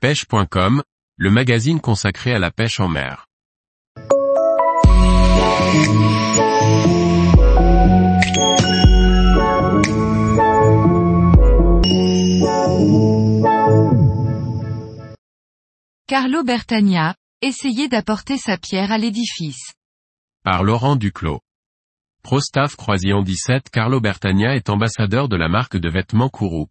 pêche.com, le magazine consacré à la pêche en mer. Carlo Bertagna, essayez d'apporter sa pierre à l'édifice. Par Laurent Duclos. Pro-Staff Croisillon 17. Carlo Bertagna est ambassadeur de la marque de vêtements Kourouk.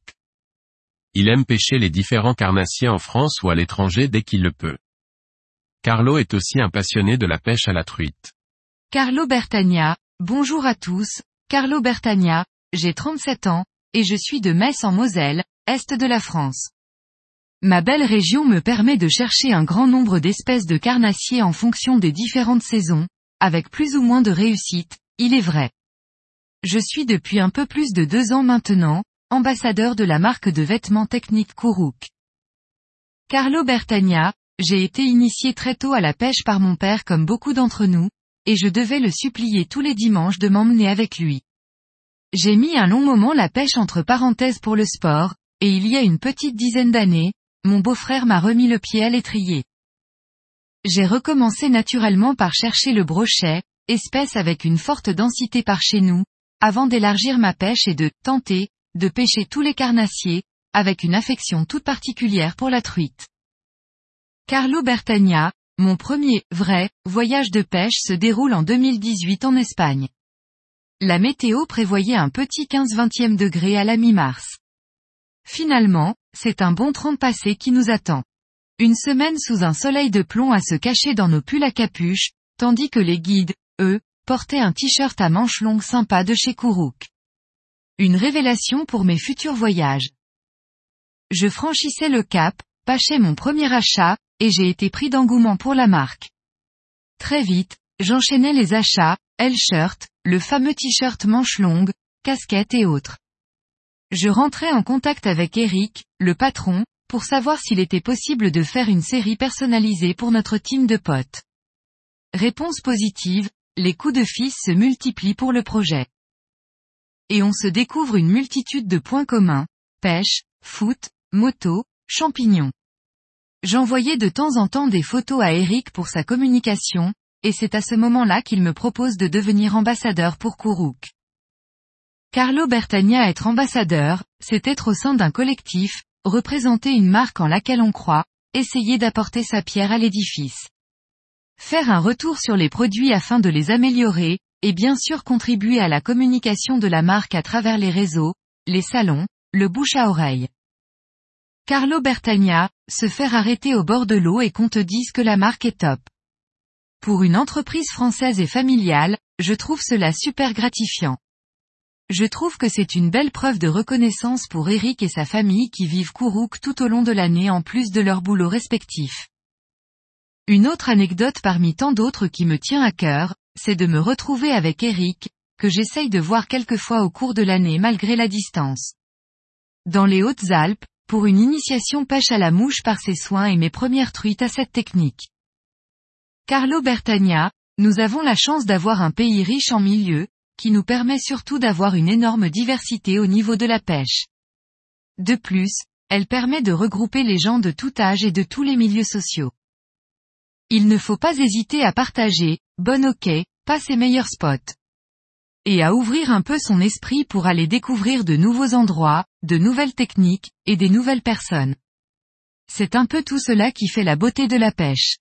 Il aime pêcher les différents carnassiers en France ou à l'étranger dès qu'il le peut. Carlo est aussi un passionné de la pêche à la truite. Carlo Bertagna, bonjour à tous, Carlo Bertagna, j'ai 37 ans, et je suis de Metz en Moselle, est de la France. Ma belle région me permet de chercher un grand nombre d'espèces de carnassiers en fonction des différentes saisons, avec plus ou moins de réussite, il est vrai. Je suis depuis un peu plus de 2 ans maintenant, ambassadeur de la marque de vêtements techniques Kourouk. Carlo Bertagna, j'ai été initié très tôt à la pêche par mon père comme beaucoup d'entre nous, et je devais le supplier tous les dimanches de m'emmener avec lui. J'ai mis un long moment la pêche entre parenthèses pour le sport, et il y a une petite dizaine d'années, mon beau-frère m'a remis le pied à l'étrier. J'ai recommencé naturellement par chercher le brochet, espèce avec une forte densité par chez nous, avant d'élargir ma pêche et de tenter de pêcher tous les carnassiers, avec une affection toute particulière pour la truite. Carlo Bertagna, mon premier, vrai, voyage de pêche se déroule en 2018 en Espagne. La météo prévoyait un petit 15-20e degré à la mi-mars. Finalement, c'est un bon 30 passé qui nous attend. Une semaine sous un soleil de plomb à se cacher dans nos pulls à capuche, tandis que les guides, eux, portaient un t-shirt à manches longues sympa de chez Kourouk. Une révélation pour mes futurs voyages. Je franchissais le cap, pâchais mon premier achat, et j'ai été pris d'engouement pour la marque. Très vite, j'enchaînais les achats, L-shirt, le fameux t-shirt manches longues, casquettes et autres. Je rentrais en contact avec Eric, le patron, pour savoir s'il était possible de faire une série personnalisée pour notre team de potes. Réponse positive, les coups de fils se multiplient pour le projet. Et on se découvre une multitude de points communs, pêche, foot, moto, champignons. J'envoyais de temps en temps des photos à Eric pour sa communication, et c'est à ce moment-là qu'il me propose de devenir ambassadeur pour Kourouk. Carlo Bertagna être ambassadeur, c'est être au sein d'un collectif, représenter une marque en laquelle on croit, essayer d'apporter sa pierre à l'édifice. Faire un retour sur les produits afin de les améliorer, et bien sûr contribuer à la communication de la marque à travers les réseaux, les salons, le bouche à oreille. Carlo Bertagna, se faire arrêter au bord de l'eau et qu'on te dise que la marque est top. Pour une entreprise française et familiale, je trouve cela super gratifiant. Je trouve que c'est une belle preuve de reconnaissance pour Eric et sa famille qui vivent Kourouk tout au long de l'année en plus de leur boulot respectif. Une autre anecdote parmi tant d'autres qui me tient à cœur, c'est de me retrouver avec Eric, que j'essaye de voir quelquefois au cours de l'année malgré la distance. Dans les Hautes-Alpes, pour une initiation pêche à la mouche par ses soins et mes premières truites à cette technique. Carlo Bertagna, nous avons la chance d'avoir un pays riche en milieux, qui nous permet surtout d'avoir une énorme diversité au niveau de la pêche. De plus, elle permet de regrouper les gens de tout âge et de tous les milieux sociaux. Il ne faut pas hésiter à partager, bon ok, pas ses meilleurs spots. Et à ouvrir un peu son esprit pour aller découvrir de nouveaux endroits, de nouvelles techniques, et des nouvelles personnes. C'est un peu tout cela qui fait la beauté de la pêche.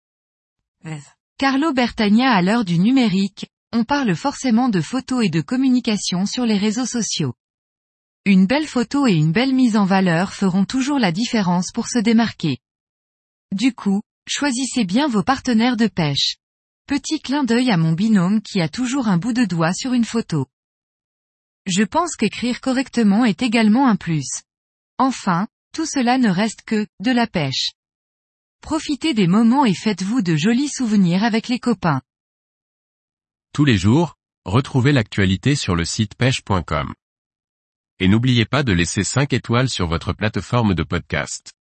Carlo Bertagna à l'heure du numérique, on parle forcément de photos et de communication sur les réseaux sociaux. Une belle photo et une belle mise en valeur feront toujours la différence pour se démarquer. Du coup, choisissez bien vos partenaires de pêche. Petit clin d'œil à mon binôme qui a toujours un bout de doigt sur une photo. Je pense qu'écrire correctement est également un plus. Enfin, tout cela ne reste que de la pêche. Profitez des moments et faites-vous de jolis souvenirs avec les copains. Tous les jours, retrouvez l'actualité sur le site pêche.com. Et n'oubliez pas de laisser 5 étoiles sur votre plateforme de podcast.